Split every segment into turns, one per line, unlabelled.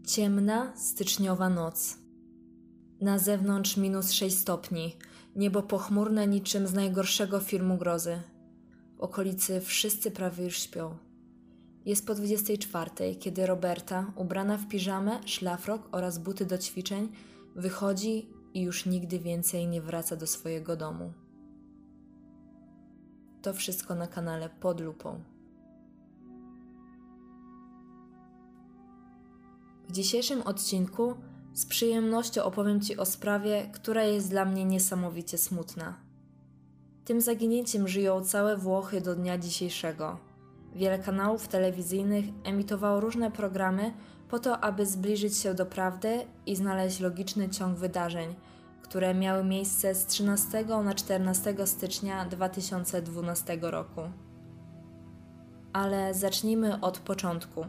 Ciemna, styczniowa noc. Na zewnątrz -6 stopni, niebo pochmurne niczym z najgorszego filmu grozy. W okolicy wszyscy prawie już śpią. Jest po 24, kiedy Roberta, ubrana w piżamę, szlafrok oraz buty do ćwiczeń, wychodzi i już nigdy więcej nie wraca do swojego domu. To wszystko na kanale Pod Lupą. W dzisiejszym odcinku z przyjemnością opowiem Ci o sprawie, która jest dla mnie niesamowicie smutna. Tym zaginięciem żyją całe Włochy do dnia dzisiejszego. Wiele kanałów telewizyjnych emitowało różne programy po to, aby zbliżyć się do prawdy i znaleźć logiczny ciąg wydarzeń, które miały miejsce z 13 na 14 stycznia 2012 roku. Ale zacznijmy od początku.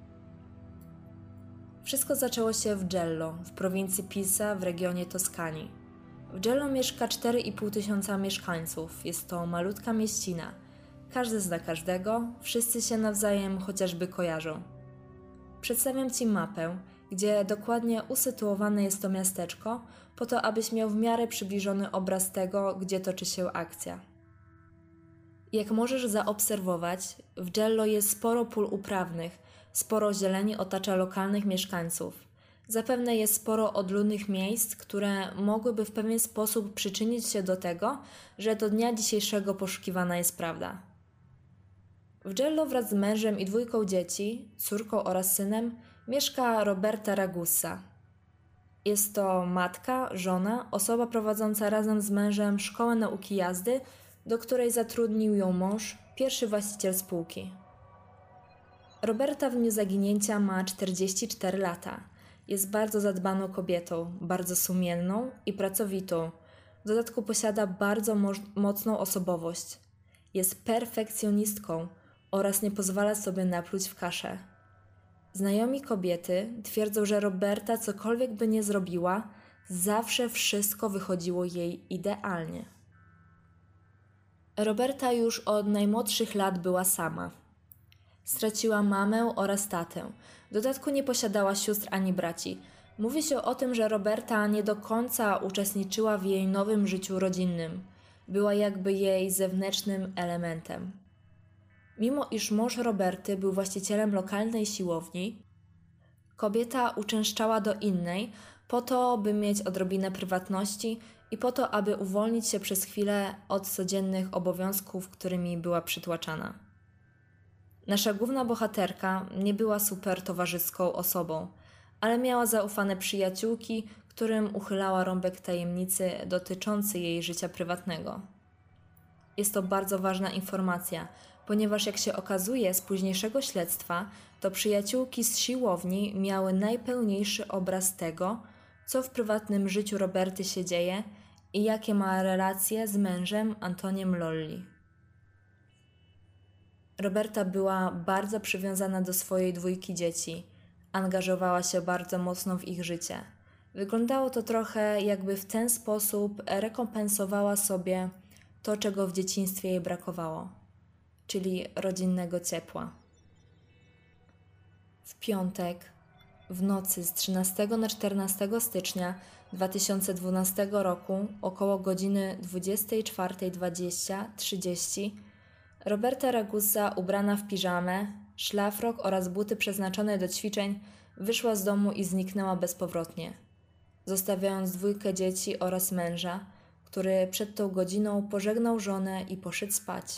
Wszystko zaczęło się w Gello, w prowincji Pisa w regionie Toskanii. W Gello mieszka 4,5 tysiąca mieszkańców. Jest to malutka mieścina. Każdy zna każdego, wszyscy się nawzajem chociażby kojarzą. Przedstawiam Ci mapę, gdzie dokładnie usytuowane jest to miasteczko, po to, abyś miał w miarę przybliżony obraz tego, gdzie toczy się akcja. Jak możesz zaobserwować, w Gello jest sporo pól uprawnych, sporo zieleni otacza lokalnych mieszkańców. Zapewne jest sporo odludnych miejsc, które mogłyby w pewien sposób przyczynić się do tego, że do dnia dzisiejszego poszukiwana jest prawda. W Gello wraz z mężem i 2 dzieci, córką oraz synem, mieszka Roberta Ragusa. Jest to matka, żona, osoba prowadząca razem z mężem szkołę nauki jazdy, do której zatrudnił ją mąż, pierwszy właściciel spółki. Roberta w dniu zaginięcia ma 44 lata. Jest bardzo zadbaną kobietą, bardzo sumienną i pracowitą. W dodatku posiada bardzo mocną osobowość. Jest perfekcjonistką oraz nie pozwala sobie napluć w kaszę. Znajomi kobiety twierdzą, że Roberta cokolwiek by nie zrobiła, zawsze wszystko wychodziło jej idealnie. Roberta już od najmłodszych lat była sama. Straciła mamę oraz tatę. W dodatku nie posiadała sióstr ani braci. Mówi się o tym, że Roberta nie do końca uczestniczyła w jej nowym życiu rodzinnym. Była jakby jej zewnętrznym elementem. Mimo iż mąż Roberty był właścicielem lokalnej siłowni, kobieta uczęszczała do innej po to, by mieć odrobinę prywatności i po to, aby uwolnić się przez chwilę od codziennych obowiązków, którymi była przytłaczana. Nasza główna bohaterka nie była super towarzyską osobą, ale miała zaufane przyjaciółki, którym uchylała rąbek tajemnicy dotyczący jej życia prywatnego. Jest to bardzo ważna informacja, ponieważ jak się okazuje z późniejszego śledztwa, to przyjaciółki z siłowni miały najpełniejszy obraz tego, co w prywatnym życiu Roberty się dzieje i jakie ma relacje z mężem Antoniem Lolli. Roberta była bardzo przywiązana do swojej 2 dzieci. Angażowała się bardzo mocno w ich życie. Wyglądało to trochę, jakby w ten sposób rekompensowała sobie to, czego w dzieciństwie jej brakowało, czyli rodzinnego ciepła. W piątek, w nocy z 13 na 14 stycznia 2012 roku, około godziny 24:20-30, Roberta Ragusa, ubrana w piżamę, szlafrok oraz buty przeznaczone do ćwiczeń, wyszła z domu i zniknęła bezpowrotnie, zostawiając 2 dzieci oraz męża, który przed tą godziną pożegnał żonę i poszedł spać.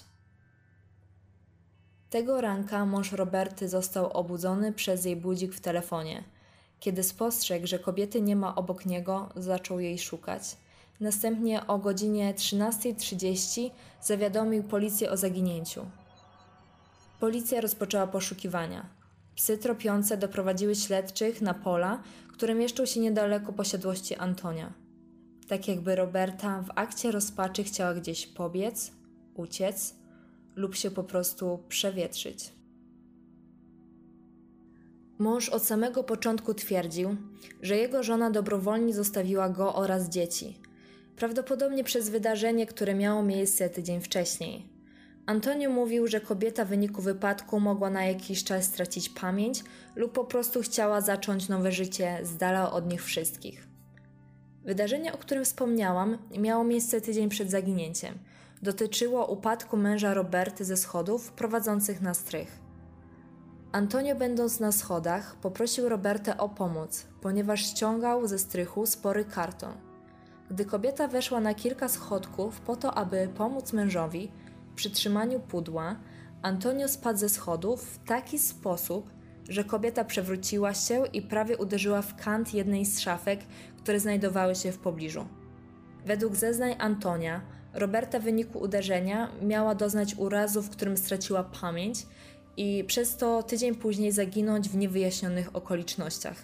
Tego ranka mąż Roberty został obudzony przez jej budzik w telefonie. Kiedy spostrzegł, że kobiety nie ma obok niego, zaczął jej szukać. Następnie o godzinie 13:30 zawiadomił policję o zaginięciu. Policja rozpoczęła poszukiwania. Psy tropiące doprowadziły śledczych na pola, które mieszczą się niedaleko posiadłości Antonia. Tak jakby Roberta w akcie rozpaczy chciała gdzieś pobiec, uciec lub się po prostu przewietrzyć. Mąż od samego początku twierdził, że jego żona dobrowolnie zostawiła go oraz dzieci, prawdopodobnie przez wydarzenie, które miało miejsce tydzień wcześniej. Antonio mówił, że kobieta w wyniku wypadku mogła na jakiś czas stracić pamięć lub po prostu chciała zacząć nowe życie z dala od nich wszystkich. Wydarzenie, o którym wspomniałam, miało miejsce tydzień przed zaginięciem. Dotyczyło upadku męża Roberty ze schodów prowadzących na strych. Antonio, będąc na schodach, poprosił Robertę o pomoc, ponieważ ściągał ze strychu spory karton. Gdy kobieta weszła na kilka schodków po to, aby pomóc mężowi przy trzymaniu pudła, Antonio spadł ze schodów w taki sposób, że kobieta przewróciła się i prawie uderzyła w kant jednej z szafek, które znajdowały się w pobliżu. Według zeznań Antonia, Roberta w wyniku uderzenia miała doznać urazu, w którym straciła pamięć i przez to tydzień później zaginąć w niewyjaśnionych okolicznościach.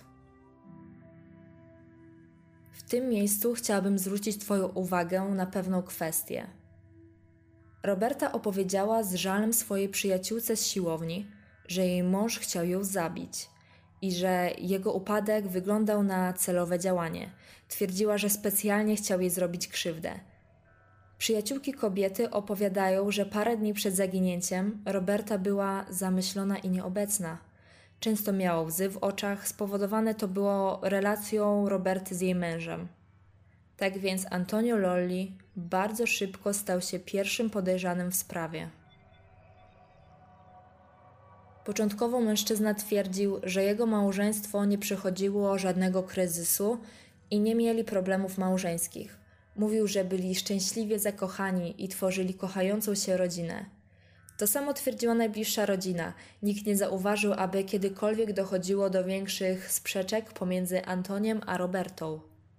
W tym miejscu chciałabym zwrócić Twoją uwagę na pewną kwestię. Roberta opowiedziała z żalem swojej przyjaciółce z siłowni, że jej mąż chciał ją zabić i że jego upadek wyglądał na celowe działanie. Twierdziła, że specjalnie chciał jej zrobić krzywdę. Przyjaciółki kobiety opowiadają, że parę dni przed zaginięciem Roberta była zamyślona i nieobecna. Często miała łzy w oczach, spowodowane to było relacją Roberty z jej mężem. Tak więc Antonio Lolli bardzo szybko stał się pierwszym podejrzanym w sprawie. Początkowo mężczyzna twierdził, że jego małżeństwo nie przechodziło żadnego kryzysu i nie mieli problemów małżeńskich. Mówił, że byli szczęśliwie zakochani i tworzyli kochającą się rodzinę. To samo twierdziła najbliższa rodzina. Nikt nie zauważył, aby kiedykolwiek dochodziło do większych sprzeczek pomiędzy Antoniem a Robertą.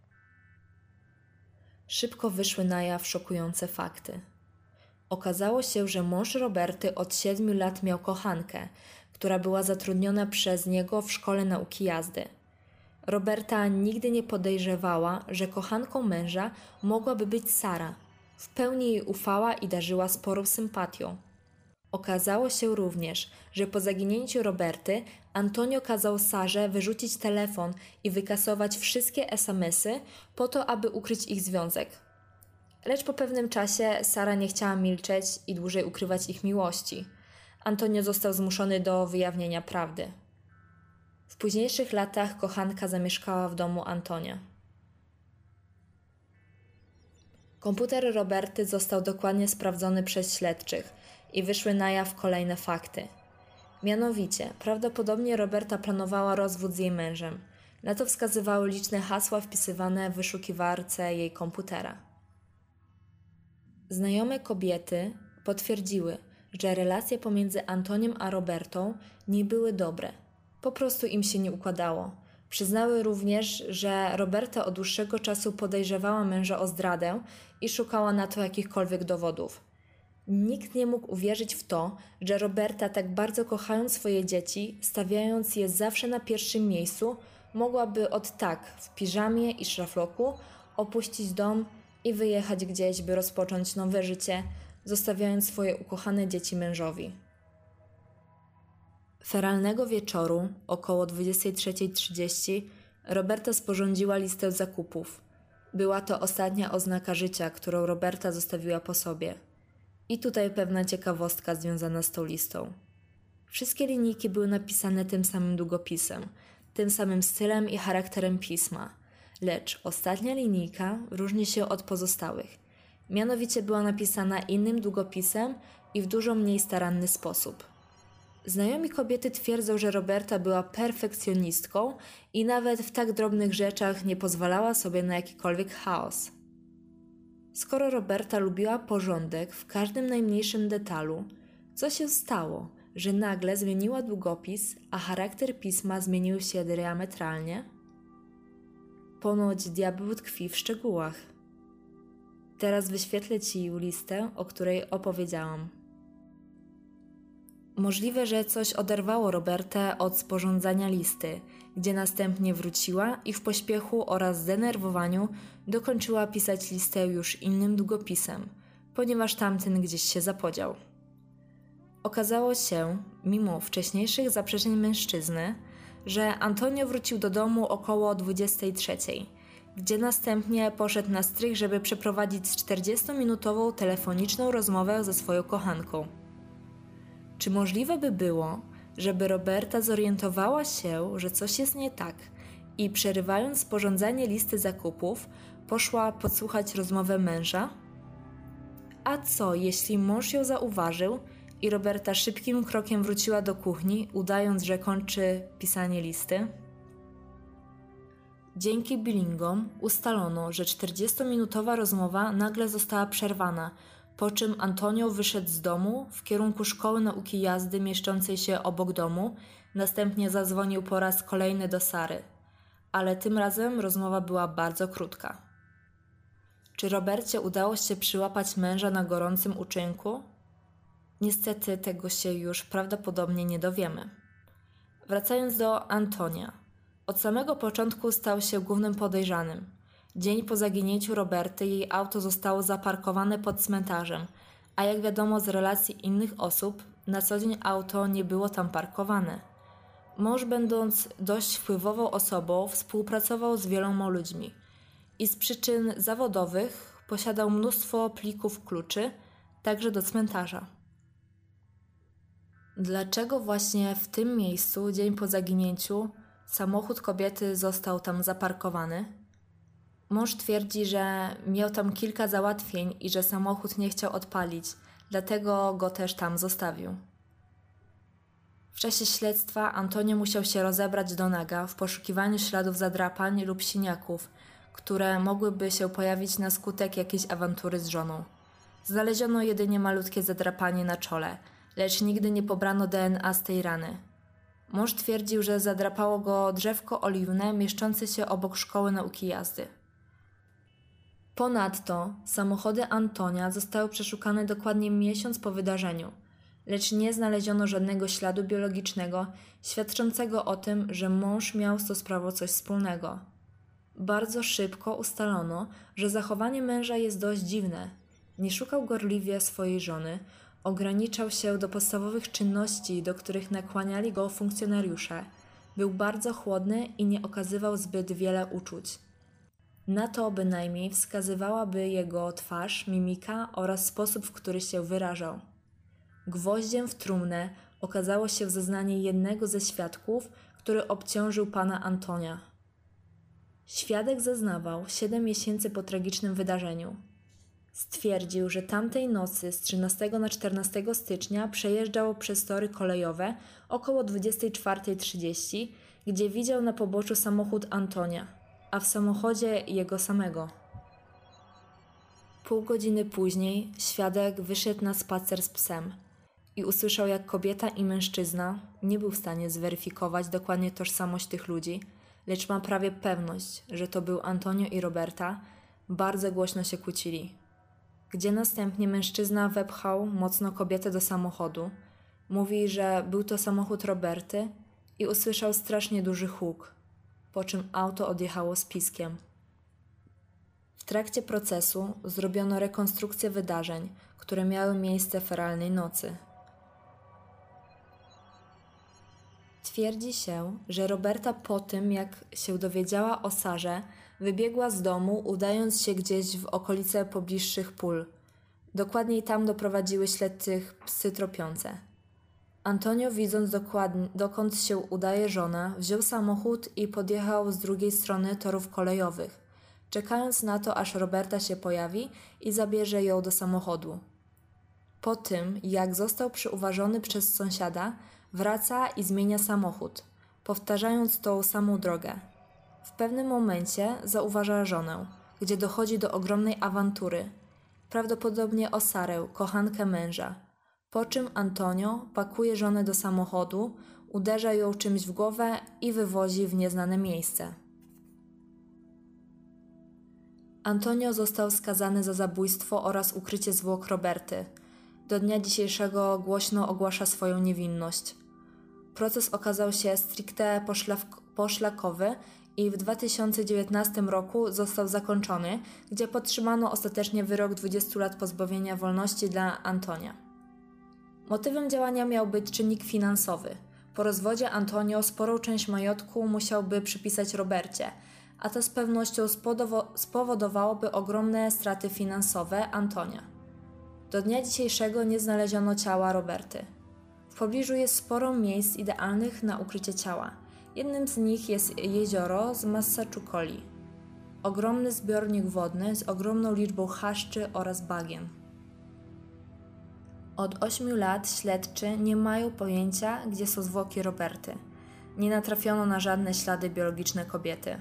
Szybko wyszły na jaw szokujące fakty. Okazało się, że mąż Roberty od 7 lat miał kochankę, która była zatrudniona przez niego w szkole nauki jazdy. Roberta nigdy nie podejrzewała, że kochanką męża mogłaby być Sara. W pełni jej ufała i darzyła sporą sympatią. Okazało się również, że po zaginięciu Roberty Antonio kazał Sarze wyrzucić telefon i wykasować wszystkie SMS-y po to, aby ukryć ich związek. Lecz po pewnym czasie Sara nie chciała milczeć i dłużej ukrywać ich miłości. Antonio został zmuszony do wyjawnienia prawdy. W późniejszych latach kochanka zamieszkała w domu Antonia. Komputer Roberty został dokładnie sprawdzony przez śledczych i wyszły na jaw kolejne fakty. Mianowicie, prawdopodobnie Roberta planowała rozwód z jej mężem. Na to wskazywały liczne hasła wpisywane w wyszukiwarce jej komputera. Znajome kobiety potwierdziły, że relacje pomiędzy Antoniem a Robertą nie były dobre. Po prostu im się nie układało. Przyznały również, że Roberta od dłuższego czasu podejrzewała męża o zdradę i szukała na to jakichkolwiek dowodów. Nikt nie mógł uwierzyć w to, że Roberta, tak bardzo kochając swoje dzieci, stawiając je zawsze na pierwszym miejscu, mogłaby od tak, w piżamie i szlafroku, opuścić dom i wyjechać gdzieś, by rozpocząć nowe życie, zostawiając swoje ukochane dzieci mężowi. Feralnego wieczoru, około 23:30, Roberta sporządziła listę zakupów. Była to ostatnia oznaka życia, którą Roberta zostawiła po sobie. I tutaj pewna ciekawostka związana z tą listą. Wszystkie linijki były napisane tym samym długopisem, tym samym stylem i charakterem pisma, lecz ostatnia linijka różni się od pozostałych. Mianowicie była napisana innym długopisem i w dużo mniej staranny sposób. Znajomi kobiety twierdzą, że Roberta była perfekcjonistką i nawet w tak drobnych rzeczach nie pozwalała sobie na jakikolwiek chaos. Skoro Roberta lubiła porządek w każdym najmniejszym detalu, co się stało, że nagle zmieniła długopis, a charakter pisma zmienił się diametralnie? Ponoć diabeł tkwi w szczegółach. Teraz wyświetlę Ci listę, o której opowiedziałam. Możliwe, że coś oderwało Robertę od sporządzania listy, gdzie następnie wróciła i w pośpiechu oraz zdenerwowaniu dokończyła pisać listę już innym długopisem, ponieważ tamten gdzieś się zapodział. Okazało się, mimo wcześniejszych zaprzeczeń mężczyzny, że Antonio wrócił do domu około 23:00. gdzie następnie poszedł na strych, żeby przeprowadzić 40-minutową telefoniczną rozmowę ze swoją kochanką. Czy możliwe by było, żeby Roberta zorientowała się, że coś jest nie tak i przerywając sporządzanie listy zakupów, poszła podsłuchać rozmowę męża? A co, jeśli mąż ją zauważył i Roberta szybkim krokiem wróciła do kuchni, udając, że kończy pisanie listy? Dzięki Billingom ustalono, że 40-minutowa rozmowa nagle została przerwana, po czym Antonio wyszedł z domu w kierunku szkoły nauki jazdy mieszczącej się obok domu, następnie zadzwonił po raz kolejny do Sary, ale tym razem rozmowa była bardzo krótka. Czy Robercie udało się przyłapać męża na gorącym uczynku? Niestety tego się już prawdopodobnie nie dowiemy. Wracając do Antonia. Od samego początku stał się głównym podejrzanym. Dzień po zaginięciu Roberty jej auto zostało zaparkowane pod cmentarzem, a jak wiadomo z relacji innych osób, na co dzień auto nie było tam parkowane. Mąż, będąc dość wpływową osobą, współpracował z wieloma ludźmi i z przyczyn zawodowych posiadał mnóstwo plików kluczy, także do cmentarza. Dlaczego właśnie w tym miejscu, dzień po zaginięciu, samochód kobiety został tam zaparkowany? Mąż twierdzi, że miał tam kilka załatwień i że samochód nie chciał odpalić, dlatego go też tam zostawił. W czasie śledztwa Antonio musiał się rozebrać do naga w poszukiwaniu śladów zadrapań lub siniaków, które mogłyby się pojawić na skutek jakiejś awantury z żoną. Znaleziono jedynie malutkie zadrapanie na czole, lecz nigdy nie pobrano DNA z tej rany. Mąż twierdził, że zadrapało go drzewko oliwne mieszczące się obok szkoły nauki jazdy. Ponadto samochody Antonia zostały przeszukane dokładnie miesiąc po wydarzeniu, lecz nie znaleziono żadnego śladu biologicznego świadczącego o tym, że mąż miał z tą sprawą coś wspólnego. Bardzo szybko ustalono, że zachowanie męża jest dość dziwne. Nie szukał gorliwie swojej żony, ograniczał się do podstawowych czynności, do których nakłaniali go funkcjonariusze. Był bardzo chłodny i nie okazywał zbyt wiele uczuć. Na to bynajmniej wskazywałaby jego twarz, mimika oraz sposób, w który się wyrażał. Gwoździem w trumnę okazało się zeznanie jednego ze świadków, który obciążył pana Antonia. Świadek zeznawał 7 miesięcy po tragicznym wydarzeniu. Stwierdził, że tamtej nocy z 13 na 14 stycznia przejeżdżał przez tory kolejowe około 24:30, gdzie widział na poboczu samochód Antonia, a w samochodzie jego samego. Pół godziny później świadek wyszedł na spacer z psem i usłyszał, jak kobieta i mężczyzna, nie był w stanie zweryfikować dokładnie tożsamość tych ludzi, lecz ma prawie pewność, że to był Antonio i Roberta, bardzo głośno się kłócili. Gdzie następnie mężczyzna wepchał mocno kobietę do samochodu. Mówi, że był to samochód Roberty i usłyszał strasznie duży huk, po czym auto odjechało z piskiem. W trakcie procesu zrobiono rekonstrukcję wydarzeń, które miały miejsce feralnej nocy. Twierdzi się, że Roberta po tym, jak się dowiedziała o Sarze, wybiegła z domu, udając się gdzieś w okolice pobliższych pól. Dokładniej tam doprowadziły śledczych psy tropiące. Antonio, widząc dokąd się udaje żona, wziął samochód i podjechał z drugiej strony torów kolejowych, czekając na to, aż Roberta się pojawi i zabierze ją do samochodu. Po tym, jak został przyuważony przez sąsiada, wraca i zmienia samochód, powtarzając tą samą drogę. W pewnym momencie zauważa żonę, gdzie dochodzi do ogromnej awantury, prawdopodobnie o Sarę, kochankę męża, po czym Antonio pakuje żonę do samochodu, uderza ją czymś w głowę i wywozi w nieznane miejsce. Antonio został skazany za zabójstwo oraz ukrycie zwłok Roberty. Do dnia dzisiejszego głośno ogłasza swoją niewinność. Proces okazał się stricte poszlakowy i w 2019 roku został zakończony, gdzie podtrzymano ostatecznie wyrok 20 lat pozbawienia wolności dla Antonia. Motywem działania miał być czynnik finansowy. Po rozwodzie Antonio sporą część majątku musiałby przypisać Robercie, a to z pewnością spowodowałoby ogromne straty finansowe Antonia. Do dnia dzisiejszego nie znaleziono ciała Roberty. W pobliżu jest sporo miejsc idealnych na ukrycie ciała. Jednym z nich jest jezioro z Massachucolli. Ogromny zbiornik wodny z ogromną liczbą chaszczy oraz bagien. Od 8 lat śledczy nie mają pojęcia, gdzie są zwłoki Roberty. Nie natrafiono na żadne ślady biologiczne kobiety.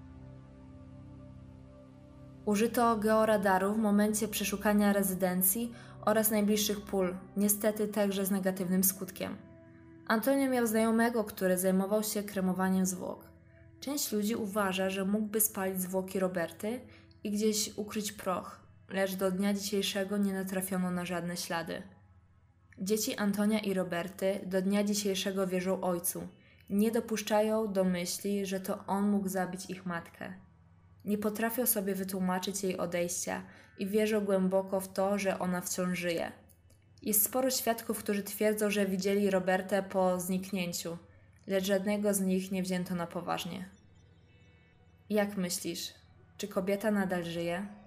Użyto georadaru w momencie przeszukania rezydencji oraz najbliższych pól, niestety także z negatywnym skutkiem. Antonio miał znajomego, który zajmował się kremowaniem zwłok. Część ludzi uważa, że mógłby spalić zwłoki Roberty i gdzieś ukryć proch, lecz do dnia dzisiejszego nie natrafiono na żadne ślady. Dzieci Antonia i Roberty do dnia dzisiejszego wierzą ojcu. Nie dopuszczają do myśli, że to on mógł zabić ich matkę. Nie potrafią sobie wytłumaczyć jej odejścia i wierzą głęboko w to, że ona wciąż żyje. Jest sporo świadków, którzy twierdzą, że widzieli Robertę po zniknięciu, lecz żadnego z nich nie wzięto na poważnie. Jak myślisz, czy kobieta nadal żyje?